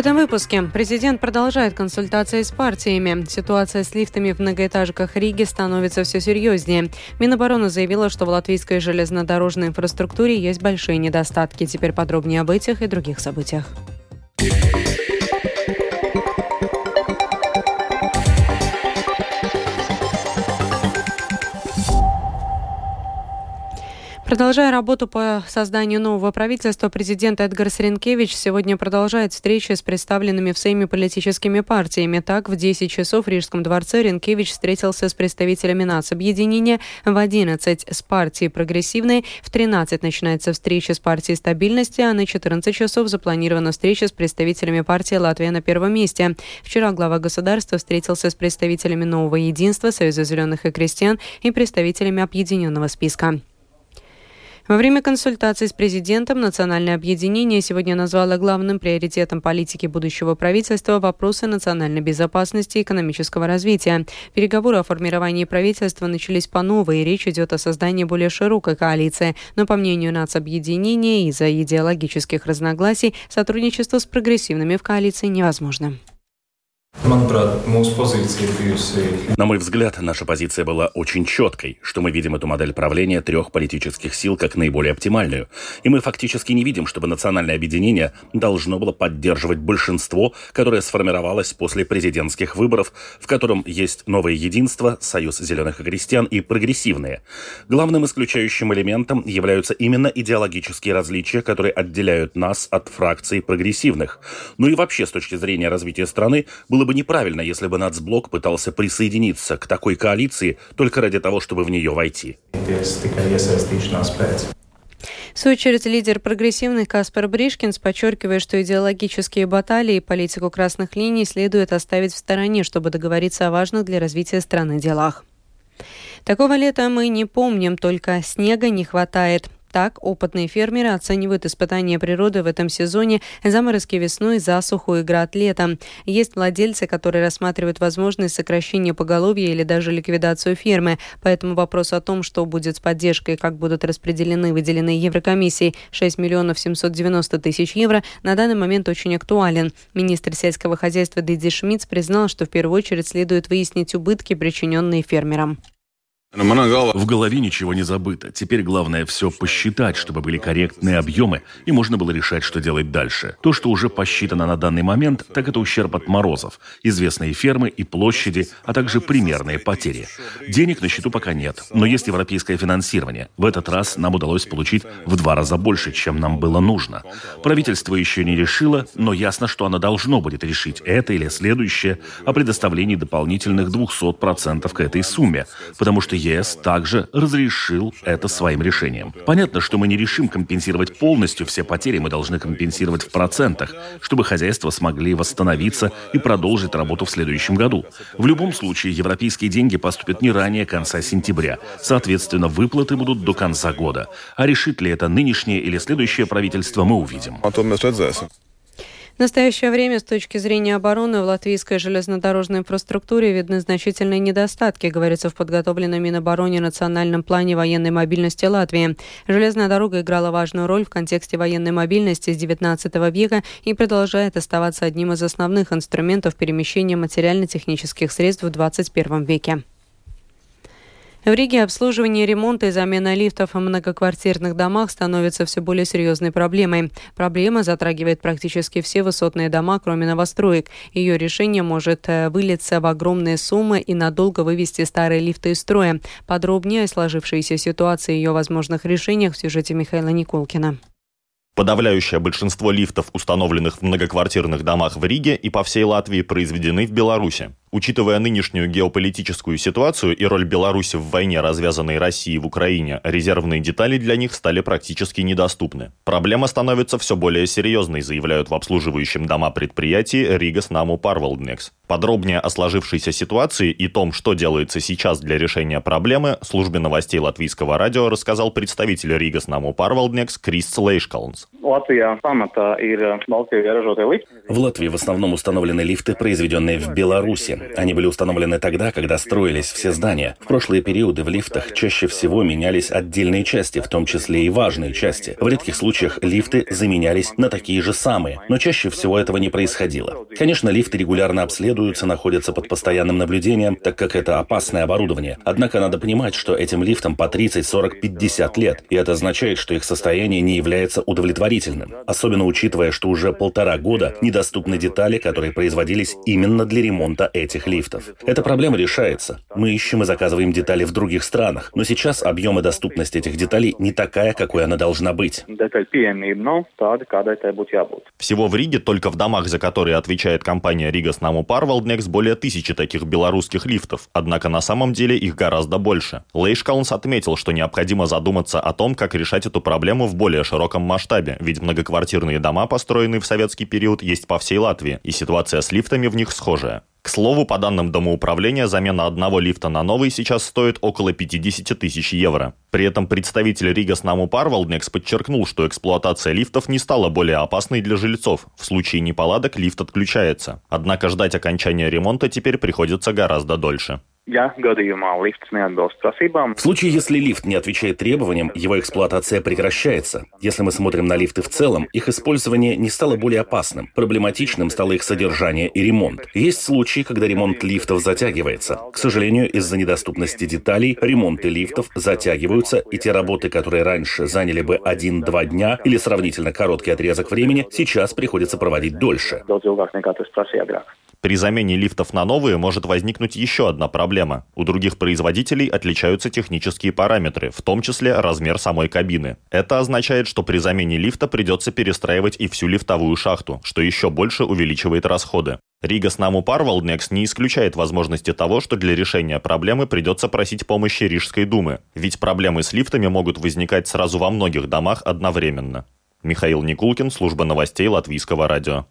этом выпуске президент продолжает консультации с партиями. Ситуация с лифтами в многоэтажках Риги становится все серьезнее. Минобороны заявила, что в латвийской железнодорожной инфраструктуре есть большие недостатки. Теперь подробнее об этих и других событиях. Продолжая работу по созданию нового правительства, президент Эдгарс Ринкевич сегодня продолжает встречи с представленными в Сейме политическими партиями. Так, в 10 часов в Рижском дворце Ринкевич встретился с представителями нацобъединения, в 11 с партией «Прогрессивной», в 13 начинается встреча с партией «Стабильности», а на 14 часов запланирована встреча с представителями партии «Латвия на первом месте». Вчера глава государства встретился с представителями «Нового единства», Союза зеленых и крестьян и представителями объединенного списка. Во время консультаций с президентом Национальное объединение сегодня назвало главным приоритетом политики будущего правительства вопросы национальной безопасности и экономического развития. Переговоры о формировании правительства начались по новой, и речь идет о создании более широкой коалиции. Но, по мнению нацобъединения, из-за идеологических разногласий сотрудничество с прогрессивными в коалиции невозможно. На мой взгляд, наша позиция была очень четкой, что мы видим эту модель правления трех политических сил как наиболее оптимальную. И мы фактически не видим, чтобы национальное объединение должно было поддерживать большинство, которое сформировалось после президентских выборов, в котором есть Новое единство, Союз зеленых и крестьян и прогрессивные. Главным исключающим элементом являются именно идеологические различия, которые отделяют нас от фракций прогрессивных. Ну и вообще, с точки зрения развития страны, было бы неправильно, если бы нацблок пытался присоединиться к такой коалиции только ради того, чтобы в нее войти. В свою очередь, лидер прогрессивных Каспар Бришкинс подчеркивает, что идеологические баталии и политику красных линий следует оставить в стороне, чтобы договориться о важных для развития страны делах. Такого лета мы не помним, только снега не хватает. Так, опытные фермеры оценивают испытания природы в этом сезоне: заморозки весной, засуху и град летом. Есть владельцы, которые рассматривают возможность сокращения поголовья или даже ликвидацию фермы. Поэтому вопрос о том, что будет с поддержкой и как будут распределены выделенные Еврокомиссией 6 миллионов 790 тысяч евро, на данный момент очень актуален. Министр сельского хозяйства Дидзи Шмидц признал, что в первую очередь следует выяснить убытки, причиненные фермерам. В голове ничего не забыто. Теперь главное все посчитать, чтобы были корректные объемы, и можно было решать, что делать дальше. То, что уже посчитано на данный момент, так это ущерб от морозов, известные фермы и площади, а также примерные потери. Денег на счету пока нет, но есть европейское финансирование. В этот раз нам удалось получить в 2 раза больше, чем нам было нужно. Правительство еще не решило, но ясно, что оно должно будет решить это или следующее о предоставлении дополнительных 200% к этой сумме, потому что ЕС также разрешил это своим решением. Понятно, что мы не решим компенсировать полностью все потери, мы должны компенсировать в процентах, чтобы хозяйства смогли восстановиться и продолжить работу в следующем году. В любом случае, европейские деньги поступят не ранее конца сентября. Соответственно, выплаты будут до конца года. А решит ли это нынешнее или следующее правительство, мы увидим. В настоящее время с точки зрения обороны в латвийской железнодорожной инфраструктуре видны значительные недостатки, говорится в подготовленном Минобороне национальном плане военной мобильности Латвии. Железная дорога играла важную роль в контексте военной мобильности с XIX века и продолжает оставаться одним из основных инструментов перемещения материально-технических средств в XXI веке. В Риге обслуживание, ремонт и замена лифтов в многоквартирных домах становится все более серьезной проблемой. Проблема затрагивает практически все высотные дома, кроме новостроек. Ее решение может вылиться в огромные суммы и надолго вывести старые лифты из строя. Подробнее о сложившейся ситуации и ее возможных решениях в сюжете Михаила Никулкина. Подавляющее большинство лифтов, установленных в многоквартирных домах в Риге и по всей Латвии, произведены в Беларуси. Учитывая нынешнюю геополитическую ситуацию и роль Беларуси в войне, развязанной Россией в Украине, резервные детали для них стали практически недоступны. Проблема становится все более серьезной, заявляют в обслуживающем дома предприятии Риgas Namu Pārvaldnieks. Подробнее о сложившейся ситуации и том, что делается сейчас для решения проблемы, службе новостей Латвийского радио рассказал представитель Риgas Namu Pārvaldnieks Krists Leiškalns. В Латвии в основном установлены лифты, произведенные в Беларуси. Они были установлены тогда, когда строились все здания. В прошлые периоды в лифтах чаще всего менялись отдельные части, в том числе и важные части. В редких случаях лифты заменялись на такие же самые, но чаще всего этого не происходило. Конечно, лифты регулярно обследуются, находятся под постоянным наблюдением, так как это опасное оборудование. Однако надо понимать, что этим лифтам по 30, 40, 50 лет, и это означает, что их состояние не является удовлетворительным. Особенно учитывая, что уже 1,5 года недоступны детали, которые производились именно для ремонта этих лифтов. Эта проблема решается. Мы ищем и заказываем детали в других странах, но сейчас объем и доступность этих деталей не такая, какой она должна быть. Всего в Риге только в домах, за которые отвечает компания Rigas Namu Pārvaldnieks, более 1000 таких белорусских лифтов, однако на самом деле их гораздо больше. Лейшкалнс отметил, что необходимо задуматься о том, как решать эту проблему в более широком масштабе, ведь многоквартирные дома, построенные в советский период, есть по всей Латвии, и ситуация с лифтами в них схожая. К слову, по данным домоуправления, замена одного лифта на новый сейчас стоит около 50 тысяч евро. При этом представитель Rigas Namu Pārvaldnieks подчеркнул, что эксплуатация лифтов не стала более опасной для жильцов. В случае неполадок лифт отключается. Однако ждать окончания ремонта теперь приходится гораздо дольше. В случае, если лифт не отвечает требованиям, его эксплуатация прекращается. Если мы смотрим на лифты в целом, их использование не стало более опасным. Проблематичным стало их содержание и ремонт. Есть случаи, когда ремонт лифтов затягивается. К сожалению, из-за недоступности деталей, ремонты лифтов затягиваются, и те работы, которые раньше заняли бы 1-2 дня или сравнительно короткий отрезок времени, сейчас приходится проводить дольше. При замене лифтов на новые может возникнуть еще одна проблема. У других производителей отличаются технические параметры, в том числе размер самой кабины. Это означает, что при замене лифта придется перестраивать и всю лифтовую шахту, что еще больше увеличивает расходы. Rigas Namu Pārvaldnieks не исключает возможности того, что для решения проблемы придется просить помощи Рижской думы. Ведь проблемы с лифтами могут возникать сразу во многих домах одновременно. Михаил Никулкин, служба новостей Латвийского радио.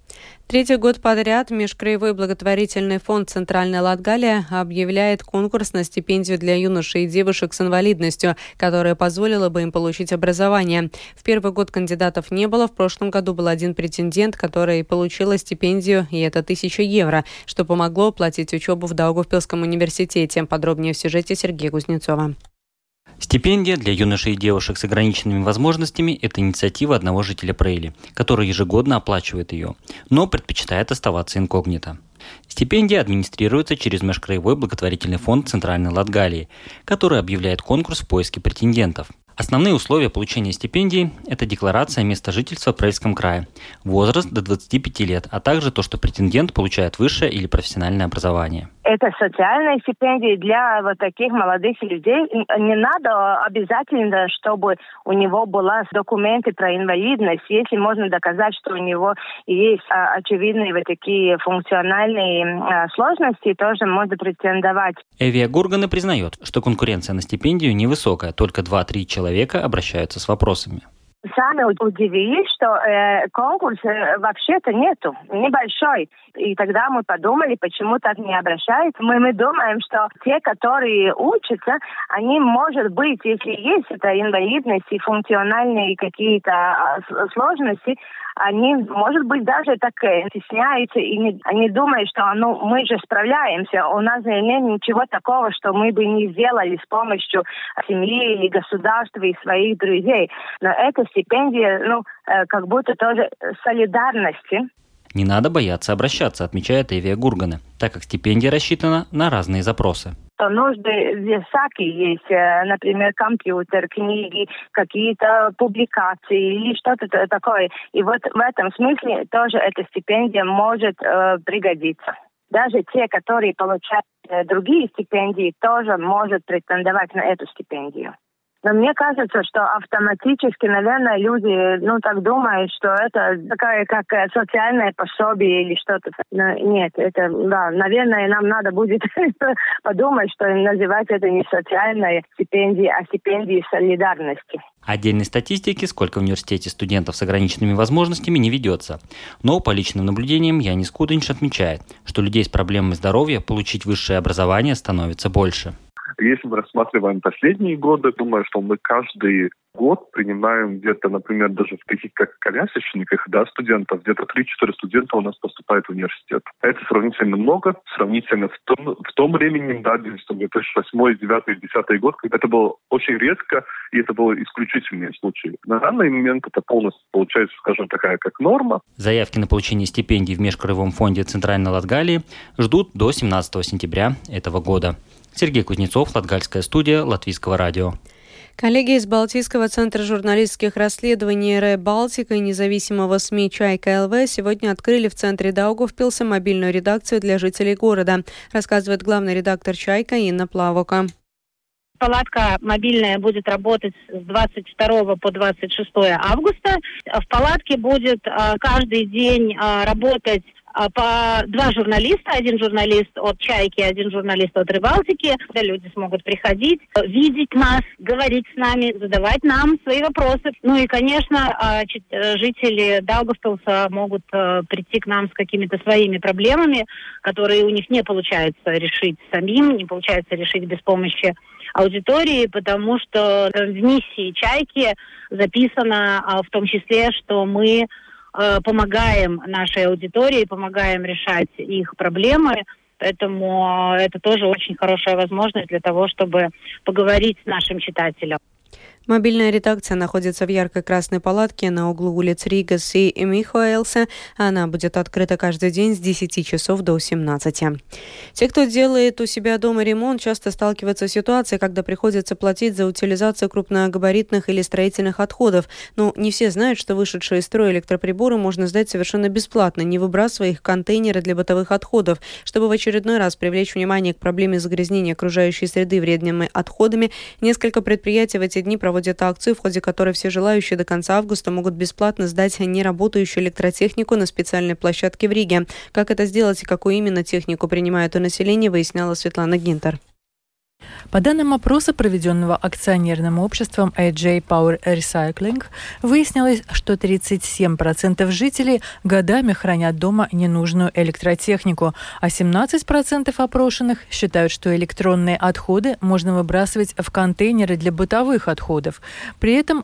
3-й год подряд Межкраевой благотворительный фонд «Центральная Латгалия» объявляет конкурс на стипендию для юношей и девушек с инвалидностью, которая позволила бы им получить образование. В первый год кандидатов не было. В прошлом году был один претендент, который получила стипендию, и это 1000 евро, что помогло оплатить учебу в Даугавпилском университете. Подробнее в сюжете Сергея Кузнецова. Стипендия для юношей и девушек с ограниченными возможностями – это инициатива одного жителя Прейли, который ежегодно оплачивает ее, но предпочитает оставаться инкогнито. Стипендия администрируется через Межкраевой благотворительный фонд Центральной Латгалии, который объявляет конкурс в поиске претендентов. Основные условия получения стипендии – это декларация места жительства в Прейском крае, возраст до 25 лет, а также то, что претендент получает высшее или профессиональное образование. Это социальная стипендия для вот таких молодых людей. Не надо обязательно, чтобы у него были документы про инвалидность. Если можно доказать, что у него есть очевидные вот такие функциональные сложности, тоже можно претендовать. Эвия Гургана признает, что конкуренция на стипендию невысокая, только 2-3 человека обращаются с вопросами. Сами удивились, что конкурса вообще-то нету, небольшой. И тогда мы подумали, почему так не обращаются. Мы думаем, что те, которые учатся, они, может быть, если есть эта инвалидность и функциональные какие-то сложности, они, может быть, даже так стесняются и они думают, что мы же справляемся. У нас нет ничего такого, что мы бы не сделали с помощью семьи или государства и своих друзей. Но эта стипендия, как будто тоже солидарности. Не надо бояться обращаться, отмечает Эвия Гургана, так как стипендия рассчитана на разные запросы. Нужды всякие есть, например, компьютер, книги, какие-то публикации или что-то такое. И вот в этом смысле тоже эта стипендия может пригодиться. Даже те, которые получают другие стипендии, тоже могут претендовать на эту стипендию. Но мне кажется, что автоматически, наверное, люди, так думают, что это такая, как социальное пособие или что-то. Но нет, это, наверное, нам надо будет подумать, что называть это не социальная стипендия, а стипендия солидарности. Отдельной статистики, сколько в университете студентов с ограниченными возможностями, не ведется. Но по личным наблюдениям Янис Кудинш отмечает, что людей с проблемами здоровья получить высшее образование становится больше. Если мы рассматриваем последние годы, думаю, что мы каждый год принимаем где-то, например, даже в таких как колясочниках, студентов, где-то 3-4 студента у нас поступают в университет. Это сравнительно много, сравнительно в том времени, 2008, 2009, 2010 год, когда это было очень редко, и это были исключительные случаи. На данный момент это полностью получается, скажем, такая как норма. Заявки на получение стипендий в Межкраевом фонде Центральной Латгалии ждут до 17 сентября этого года. Сергей Кузнецов, Латгальская студия, Латвийского радио. Коллеги из Балтийского центра журналистских расследований РЭ «Балтика» и независимого СМИ «Чайка ЛВ» сегодня открыли в центре Даугавпилса мобильную редакцию для жителей города, рассказывает главный редактор «Чайка» Инна Плавока. Палатка мобильная будет работать с 22 по 26 августа. В палатке будет каждый день работать по 2 журналиста. Один журналист от «Чайки», один журналист от «Рыбалтики». Когда люди смогут приходить, видеть нас, говорить с нами, задавать нам свои вопросы. Ну и, конечно, жители Даугавпилса могут прийти к нам с какими-то своими проблемами, которые у них не получается решить самим, не получается решить без помощи аудитории, потому что в миссии «Чайки» записано в том числе, что мы помогаем нашей аудитории, помогаем решать их проблемы. Поэтому это тоже очень хорошая возможность для того, чтобы поговорить с нашим читателем. Мобильная редакция находится в яркой красной палатке на углу улиц Ригас и Михаэлса. Она будет открыта каждый день с 10 часов до 17. Те, кто делает у себя дома ремонт, часто сталкиваются с ситуацией, когда приходится платить за утилизацию крупногабаритных или строительных отходов. Но не все знают, что вышедшие из строя электроприборы можно сдать совершенно бесплатно, не выбрасывая их в контейнеры для бытовых отходов. Чтобы в очередной раз привлечь внимание к проблеме загрязнения окружающей среды вредными отходами, несколько предприятий в эти дни проводят акцию, в ходе которой все желающие до конца августа могут бесплатно сдать неработающую электротехнику на специальной площадке в Риге. Как это сделать и какую именно технику принимают у населения, выясняла Светлана Гинтер. По данным опроса, проведенного акционерным обществом AJ Power Recycling, выяснилось, что 37% жителей годами хранят дома ненужную электротехнику, а 17% опрошенных считают, что электронные отходы можно выбрасывать в контейнеры для бытовых отходов. При этом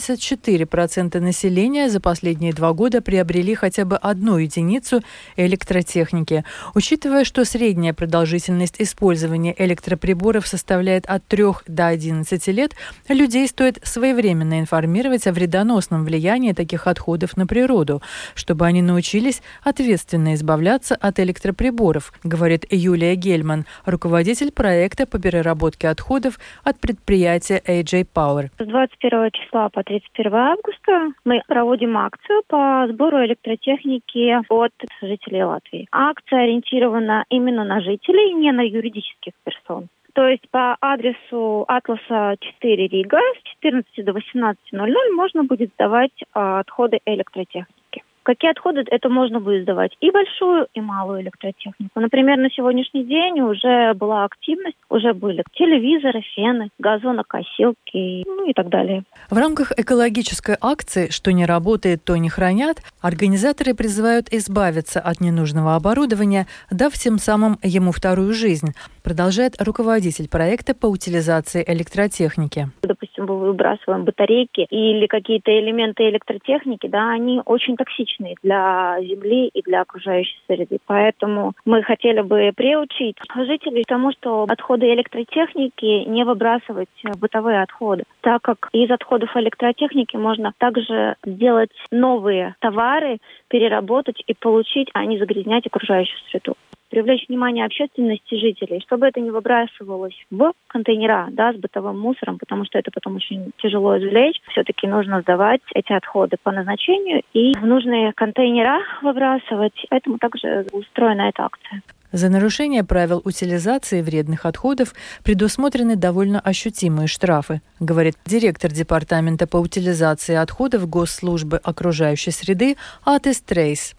84% населения за последние 2 года приобрели хотя бы 1 единицу электротехники. Учитывая, что средняя продолжительность использования электроприборов составляет от 3 до 11 лет, людей стоит своевременно информировать о вредоносном влиянии таких отходов на природу, чтобы они научились ответственно избавляться от электроприборов, говорит Юлия Гельман, руководитель проекта по переработке отходов от предприятия AJ Power. С 21 числа по 31 августа мы проводим акцию по сбору электротехники от жителей Латвии. Акция ориентирована именно на жителей, не на юридических персон. То есть по адресу Атласа 4 Рига с 14 до 18:00 можно будет сдавать отходы электротехники. Какие отходы это можно будет сдавать? И большую, и малую электротехнику. Например, на сегодняшний день уже была активность, уже были телевизоры, фены, газонокосилки, и так далее. В рамках экологической акции «Что не работает, то не хранят» организаторы призывают избавиться от ненужного оборудования, дав тем самым ему вторую жизнь, продолжает руководитель проекта по утилизации электротехники. Допустим, мы выбрасываем батарейки или какие-то элементы электротехники, они очень токсичны для земли и для окружающей среды. Поэтому мы хотели бы приучить жителей к тому, что отходы электротехники не выбрасывать в бытовые отходы, так как из отходов электротехники можно также сделать новые товары, переработать и получить, а не загрязнять окружающую среду. Привлечь внимание общественности жителей, чтобы это не выбрасывалось в контейнера, с бытовым мусором, потому что это потом очень тяжело извлечь. Все-таки нужно сдавать эти отходы по назначению и в нужные контейнера выбрасывать. Поэтому также устроена эта акция. За нарушение правил утилизации вредных отходов предусмотрены довольно ощутимые штрафы, говорит директор департамента по утилизации отходов Госслужбы окружающей среды Атис Трейс.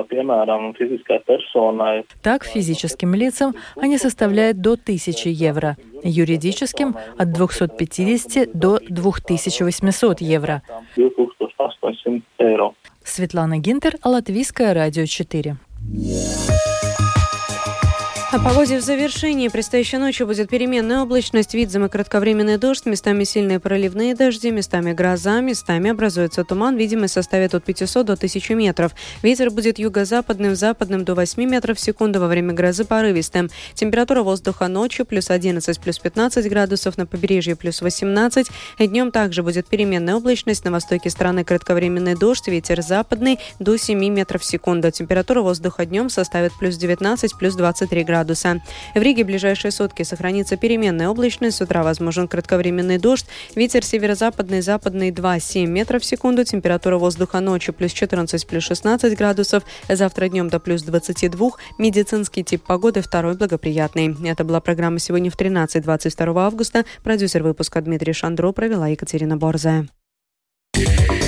Так, физическим лицам они составляют до 1000 евро, юридическим – от 250 до 2800 евро. Светлана Гинтер, Латвийское радио 4. О погоде в завершении. Предстоящей ночью будет переменная облачность, видимый и кратковременный дождь, местами сильные проливные дожди, местами гроза, местами образуется туман, видимость составит от 500 до 1000 метров. Ветер будет юго-западным, западным до 8 метров в секунду, во время грозы порывистым. Температура воздуха ночью плюс 11, плюс 15 градусов, на побережье плюс 18. Днем также будет переменная облачность, на востоке страны кратковременный дождь, ветер западный до 7 метров в секунду. Температура воздуха днем составит плюс 19, плюс 23 градуса. В Риге в ближайшие сутки сохранится переменная облачность, с утра возможен кратковременный дождь, ветер северо-западный, западный 2-7 метров в секунду, температура воздуха ночью плюс 14, плюс 16 градусов, завтра днем до плюс 22, медицинский тип погоды второй благоприятный. Это была программа «Сегодня в 13, 22 августа». Продюсер выпуска Дмитрий Шандро, провела Екатерина Борзая.